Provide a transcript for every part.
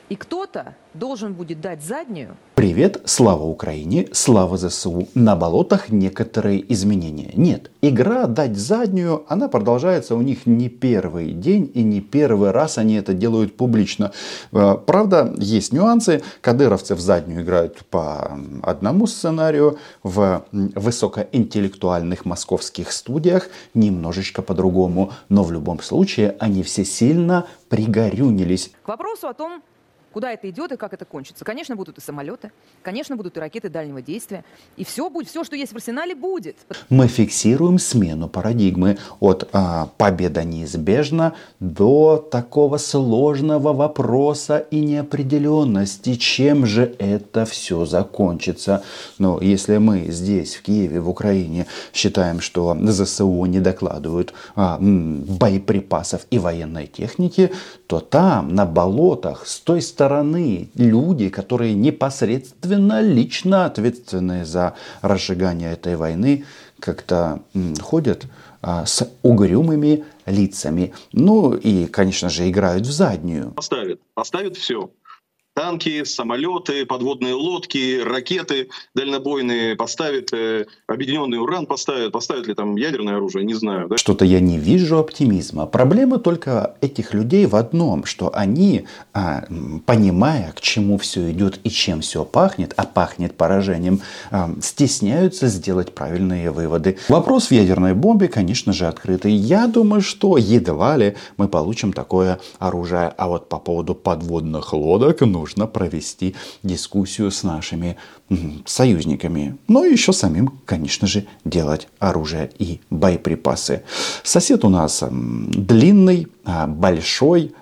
И кто-то должен будет дать заднюю. Привет, слава Украине, слава ЗСУ. На болотах некоторые изменения. Нет, игра дать заднюю, она продолжается у них не первый день и не первый раз они это делают публично. Правда, есть нюансы. Кадыровцы в заднюю играют по одному сценарию, в высокоинтеллектуальных московских студиях немножечко по-другому. Но в любом случае они все сильно пригорюнились. К вопросу о том, куда это идет и как это кончится. Конечно, будут и самолеты, конечно, будут и ракеты дальнего действия. И все будет, все, что есть в арсенале, будет. Мы фиксируем смену парадигмы от победа неизбежна до такого сложного вопроса и неопределенности, чем же это все закончится. Но если мы здесь, в Киеве, в Украине, считаем, что ЗСУ не докладывают боеприпасов и военной техники, то там, на болотах, с той стороны, люди, которые непосредственно лично ответственны за разжигание этой войны, как-то ходят с угрюмыми лицами. Ну и, конечно же, играют в заднюю. Поставят все. Танки, самолеты, подводные лодки, ракеты дальнобойные поставят, объединенный уран поставят ли там ядерное оружие, не знаю. Да? Что-то я не вижу оптимизма. Проблема только этих людей в одном, что они, понимая, к чему все идет и чем все пахнет, а пахнет поражением, стесняются сделать правильные выводы. Вопрос в ядерной бомбе, конечно же, открытый. Я думаю, что едва ли мы получим такое оружие. А вот по поводу подводных лодок нужно провести дискуссию с нашими союзниками. Но еще самим, конечно же, делать оружие и боеприпасы. Сосед у нас длинный, большой,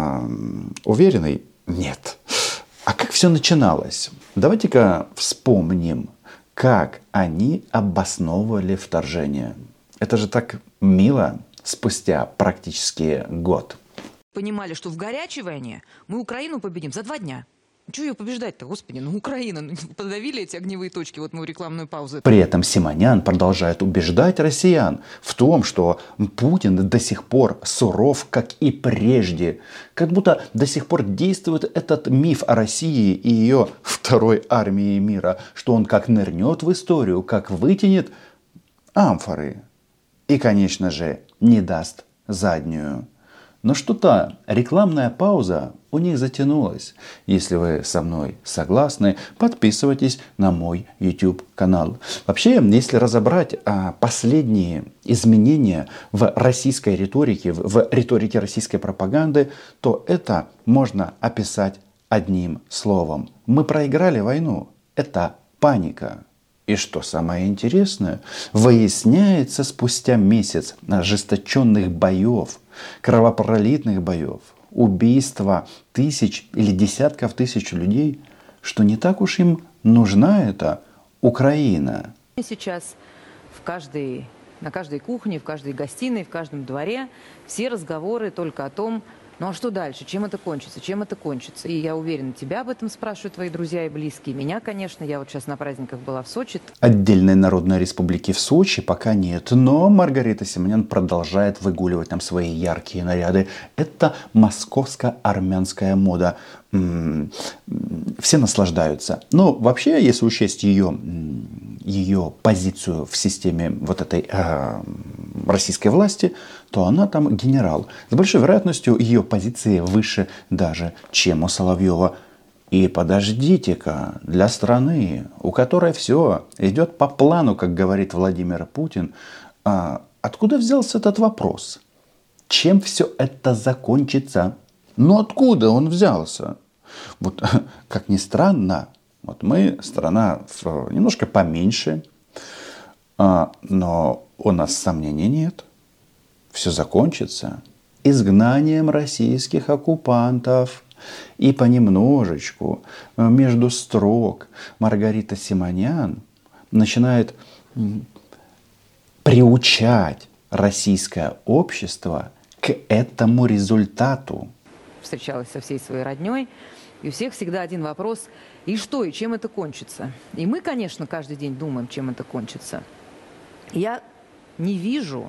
уверенный? Нет. А как все начиналось? Давайте-ка вспомним, как они обосновывали вторжение. Это же так мило спустя практически год. Понимали, что в горячей войне мы Украину победим за 2 дня. Чего ее побеждать-то, господи? Ну, Украина, подавили эти огневые точки, вот мы рекламную паузу. При этом Симонян продолжает убеждать россиян в том, что Путин до сих пор суров, как и прежде. Как будто до сих пор действует этот миф о России и ее второй армии мира, что он как нырнет в историю, как вытянет амфоры. И, конечно же, не даст заднюю. Но что-то рекламная пауза у них затянулась. Если вы со мной согласны, подписывайтесь на мой YouTube канал. Вообще, если разобрать последние изменения в российской риторике, в риторике российской пропаганды, то это можно описать одним словом. Мы проиграли войну. Это паника. И что самое интересное, выясняется спустя месяц ожесточенных боев, кровопролитных боев, убийства тысяч или десятков тысяч людей, что не так уж им нужна эта Украина. Сейчас на каждой кухне, в каждой гостиной, в каждом дворе все разговоры только о том, ну а что дальше? Чем это кончится? Чем это кончится? И я уверена, тебя об этом спрашивают твои друзья и близкие. Меня, конечно, я вот сейчас на праздниках была в Сочи. Отдельной народной республики в Сочи пока нет. Но Маргарита Симонян продолжает выгуливать нам свои яркие наряды. Это московско-армянская мода. Все наслаждаются. Но вообще, если учесть ее позицию в системе вот этой российской власти, то она там генерал. С большой вероятностью ее позиции выше даже, чем у Соловьева. И подождите-ка, для страны, у которой все идет по плану, как говорит Владимир Путин, откуда взялся этот вопрос? Чем все это закончится? Ну откуда он взялся? Вот, как ни странно, вот мы страна немножко поменьше, но у нас сомнений нет. Все закончится изгнанием российских оккупантов. И понемножечку между строк Маргарита Симонян начинает приучать российское общество к этому результату. Встречалась со всей своей родней, и у всех всегда один вопрос: и что, и чем это кончится? И мы, конечно, каждый день думаем, чем это кончится. Я не вижу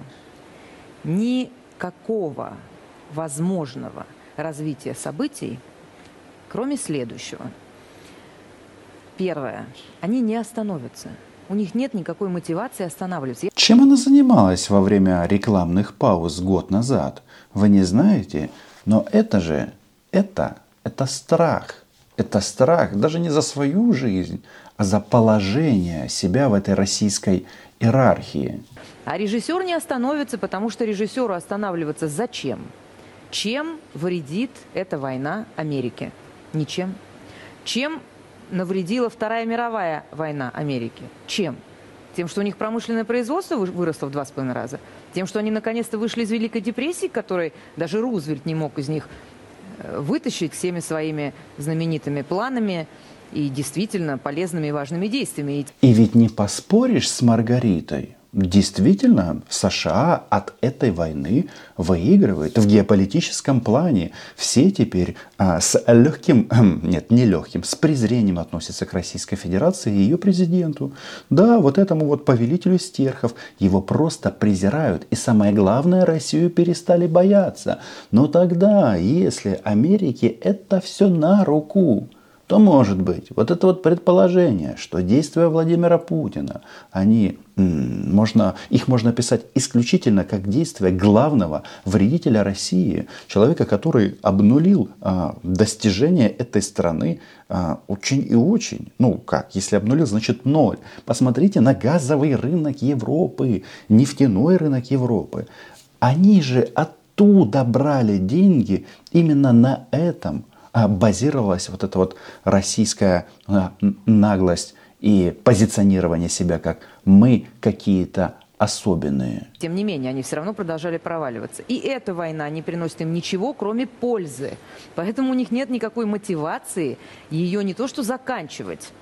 никакого возможного развития событий кроме следующего. Первое. Они не остановятся. У них нет никакой мотивации останавливаться. Чем она занималась во время рекламных пауз год назад? Вы не знаете? Но это страх. Это страх даже не за свою жизнь, а за положение себя в этой российской иерархии. А режиссер не остановится, потому что режиссеру останавливаться зачем? Чем вредит эта война Америке? Ничем. Чем навредила Вторая мировая война Америки? Чем? Тем, что у них промышленное производство выросло в 2,5 раза? Тем, что они наконец-то вышли из Великой депрессии, которой даже Рузвельт не мог из них вытащить всеми своими знаменитыми планами и действительно полезными и важными действиями. И ведь не поспоришь с Маргаритой. Действительно, США от этой войны выигрывает в геополитическом плане. Все теперь с легким, нет, не легким, с презрением относятся к Российской Федерации и ее президенту. Да, вот этому вот повелителю стерхов. Его просто презирают. И самое главное, Россию перестали бояться. Но тогда, если Америке это все на руку, то может быть вот это вот предположение, что действия Владимира Путина, их можно писать исключительно как действия главного вредителя России, человека, который обнулил достижения этой страны очень и очень. Ну как, если обнулил, значит ноль. Посмотрите на газовый рынок Европы, нефтяной рынок Европы. Они же оттуда брали деньги именно на этом. Базировалась вот эта вот российская наглость и позиционирование себя как мы какие-то особенные. Тем не менее, они все равно продолжали проваливаться. И эта война не приносит им ничего, кроме пользы. Поэтому у них нет никакой мотивации ее не то что заканчивать,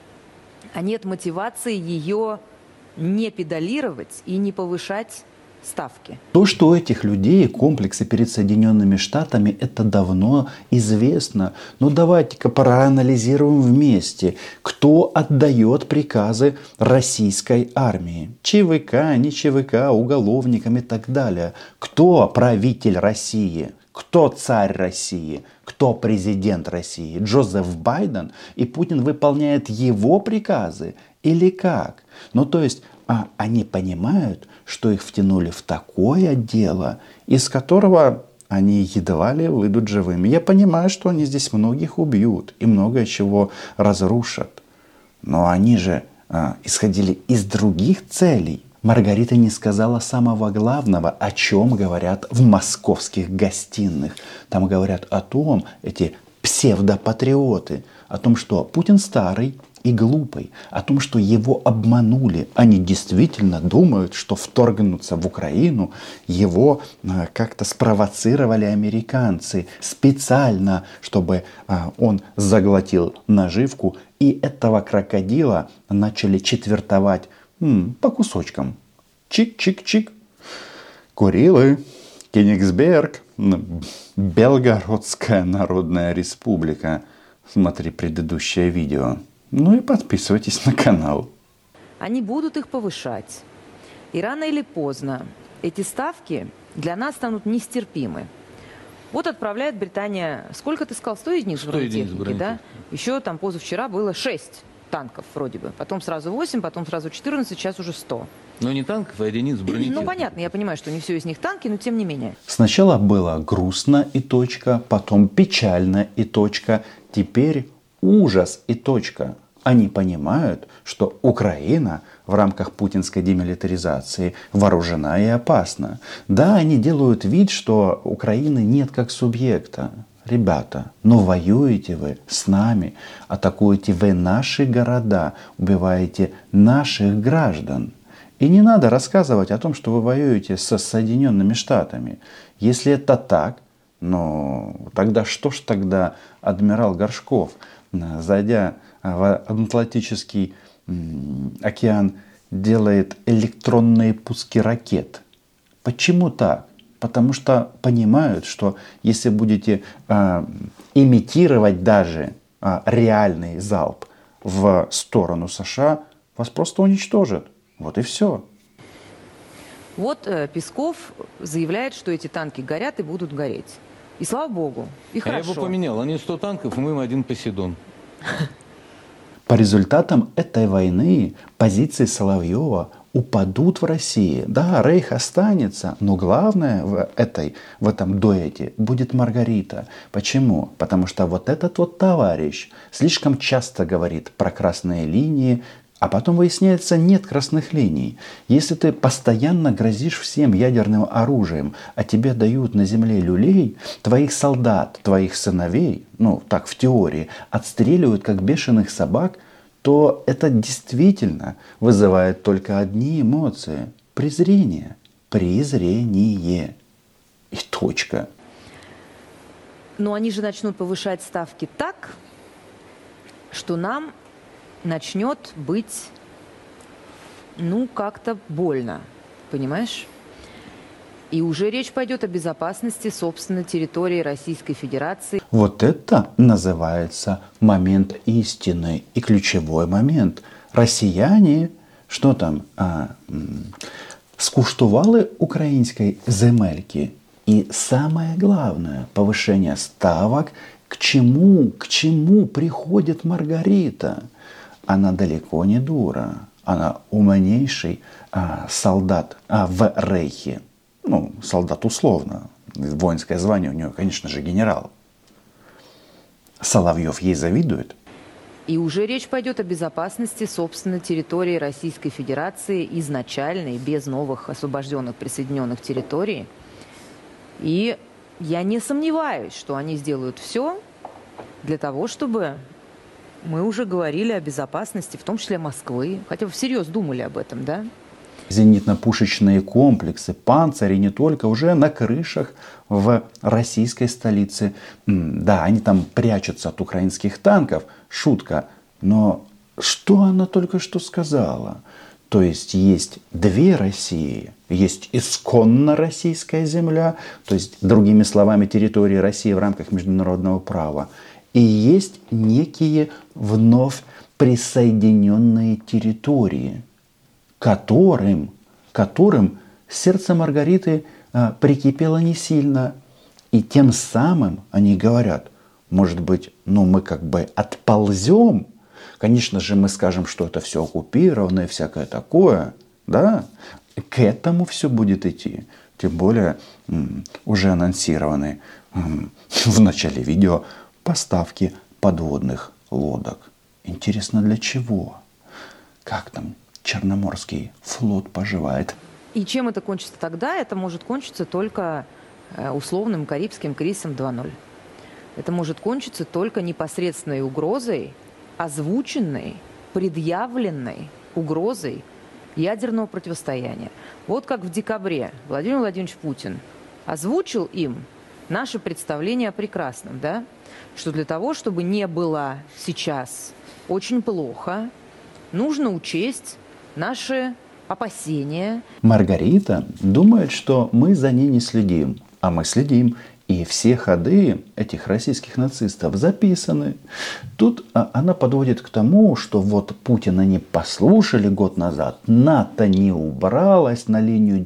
а нет мотивации ее не педалировать и не повышать ставки. То, что у этих людей комплексы перед Соединенными Штатами, это давно известно. Но давайте-ка проанализируем вместе, кто отдает приказы российской армии. ЧВК, не ЧВК, уголовникам и так далее. Кто правитель России? Кто царь России? Кто президент России? Джозеф Байден? И Путин выполняет его приказы? Или как? Ну то есть они понимают, что их втянули в такое дело, из которого они едва ли выйдут живыми. Я понимаю, что они здесь многих убьют и многое чего разрушат. Но они же исходили из других целей. Маргарита не сказала самого главного, о чем говорят в московских гостиных. Там говорят о том, эти псевдопатриоты, о том, что Путин старый и глупый, о том, что его обманули. Они действительно думают, что вторгнуться в Украину его как-то спровоцировали американцы специально, чтобы он заглотил наживку, и этого крокодила начали четвертовать по кусочкам. Чик-чик-чик. Курилы, Кенигсберг, Белгородская Народная Республика. Смотри предыдущее видео. Ну и подписывайтесь на канал. Они будут их повышать. И рано или поздно эти ставки для нас станут нестерпимы. Вот отправляет Британия, сколько ты сказал, 100 единиц бронетехники, да? Еще там позавчера было 6 танков вроде бы. Потом сразу 8, потом сразу 14, сейчас уже 100. Но не танков, а единиц бронетехники. Ну понятно, я понимаю, что не все из них танки, но тем не менее. Сначала было грустно и точка, потом печально и точка, теперь ужас и точка. Они понимают, что Украина в рамках путинской демилитаризации вооружена и опасна. Да, они делают вид, что Украины нет как субъекта. Ребята, но воюете вы с нами, атакуете вы наши города, убиваете наших граждан. И не надо рассказывать о том, что вы воюете со Соединенными Штатами. Если это так, ну тогда что ж тогда адмирал Горшков, зайдя в Атлантический океан, делает электронные пуски ракет? Почему так? Потому что понимают, что если будете имитировать даже реальный залп в сторону США, вас просто уничтожат. Вот и все. Вот Песков заявляет, что эти танки горят и будут гореть. И слава богу, и А я хорошо. бы поменял. Они 100 танков, мы им 1 Посейдон. По результатам этой войны позиции Соловьева упадут в России. Да, Рейх останется, но главное в этом дуэте будет Маргарита. Почему? Потому что вот этот вот товарищ слишком часто говорит про красные линии, а потом выясняется, нет красных линий. Если ты постоянно грозишь всем ядерным оружием, а тебе дают на земле люлей, твоих солдат, твоих сыновей, ну так в теории, отстреливают как бешеных собак, то это действительно вызывает только одни эмоции. Презрение. Презрение. И точка. Но они же начнут повышать ставки так, что нам начнет быть, ну, как-то больно, понимаешь? И уже речь пойдет о безопасности собственной территории Российской Федерации. Вот это называется момент истины и ключевой момент. Россияне, что там, скуштували української земельки. И самое главное, повышение ставок, к чему приходит Маргарита? Она далеко не дура. Она умнейший солдат в Рейхе. Ну, солдат условно. Воинское звание у нее, конечно же, генерал. Соловьев ей завидует. И уже речь пойдет о безопасности собственной территории Российской Федерации изначальной, без новых освобожденных присоединенных территорий. И я не сомневаюсь, что они сделают все для того, чтобы мы уже говорили о безопасности, в том числе Москвы. Хотя вы всерьез думали об этом, да? Зенитно-пушечные комплексы, панцири не только, уже на крышах в российской столице. Да, они там прячутся от украинских танков. Шутка. Но что она только что сказала? То есть две России. Есть исконно российская земля, то есть, другими словами, территория России в рамках международного права. И есть некие вновь присоединенные территории, которым сердце Маргариты прикипело не сильно. И тем самым они говорят, может быть, мы как бы отползем. Конечно же, мы скажем, что это все оккупировано и всякое такое. Да? К этому все будет идти. Тем более уже анонсированы в начале видео поставки подводных лодок. Интересно, для чего? Как там Черноморский флот поживает? И чем это кончится тогда? Это может кончиться только условным Карибским кризисом 2.0. Это может кончиться только непосредственной угрозой, озвученной, предъявленной угрозой ядерного противостояния. Вот как в декабре Владимир Владимирович Путин озвучил им наше представление о прекрасном, да? Что для того, чтобы не было сейчас очень плохо, нужно учесть наши опасения. Маргарита думает, что мы за ней не следим, а мы следим. И все ходы этих российских нацистов записаны. Тут она подводит к тому, что вот Путина не послушали год назад, НАТО не убралось на линию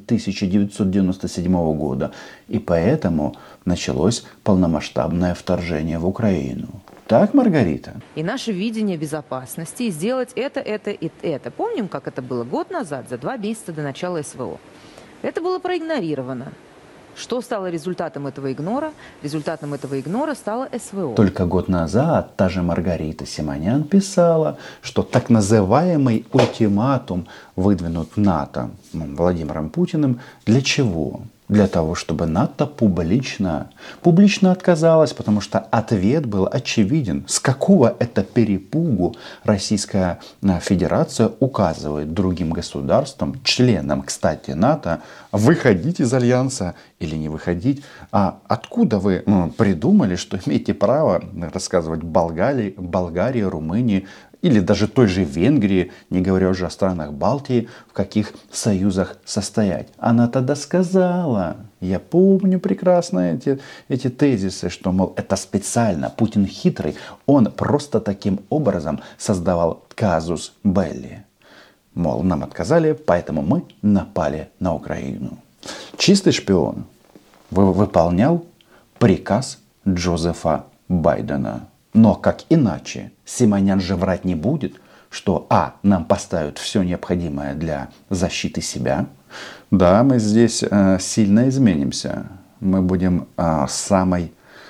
1997 года, и поэтому началось полномасштабное вторжение в Украину. Так, Маргарита? И наше видение безопасности, и сделать это и это. Помним, как это было год назад, за 2 месяца до начала СВО? Это было проигнорировано. Что стало результатом этого игнора? Результатом этого игнора стало СВО. Только год назад та же Маргарита Симонян писала, что так называемый ультиматум выдвинут НАТО Владимиром Путиным. Для чего? Для того, чтобы НАТО публично отказалась, потому что ответ был очевиден. С какого это перепугу Российская Федерация указывает другим государствам, членам, кстати, НАТО, выходить из Альянса или не выходить? А откуда вы придумали, что имеете право рассказывать Болгарии, Румынии, или даже той же Венгрии, не говоря уже о странах Балтии, в каких союзах состоять? Она тогда сказала, я помню прекрасно эти тезисы, что, мол, это специально, Путин хитрый, он просто таким образом создавал казус белли. Мол, нам отказали, поэтому мы напали на Украину. Чистый шпион выполнял приказ Джозефа Байдена. Но как иначе? Симонян же врать не будет, что нам поставят все необходимое для защиты себя. Да, мы здесь сильно изменимся. Мы будем самой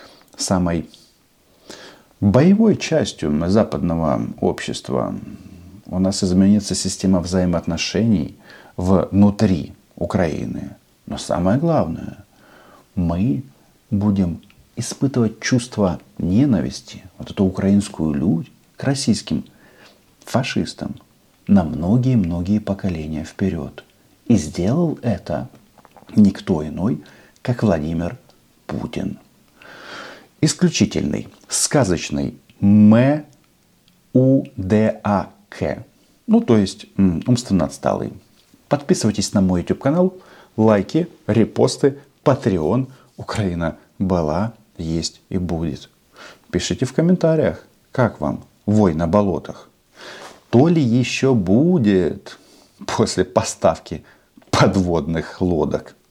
боевой частью западного общества. У нас изменится система взаимоотношений внутри Украины. Но самое главное, мы будем испытывать чувство ненависти, вот эту украинскую лють, к российским фашистам на многие-многие поколения вперед. И сделал это никто иной, как Владимир Путин. Исключительный, сказочный МУДАК, то есть умственно отсталый. Подписывайтесь на мой YouTube канал, лайки, репосты, Patreon. Украина была, есть и будет. Пишите в комментариях, как вам вой на болотах. То ли еще будет после поставки подводных лодок.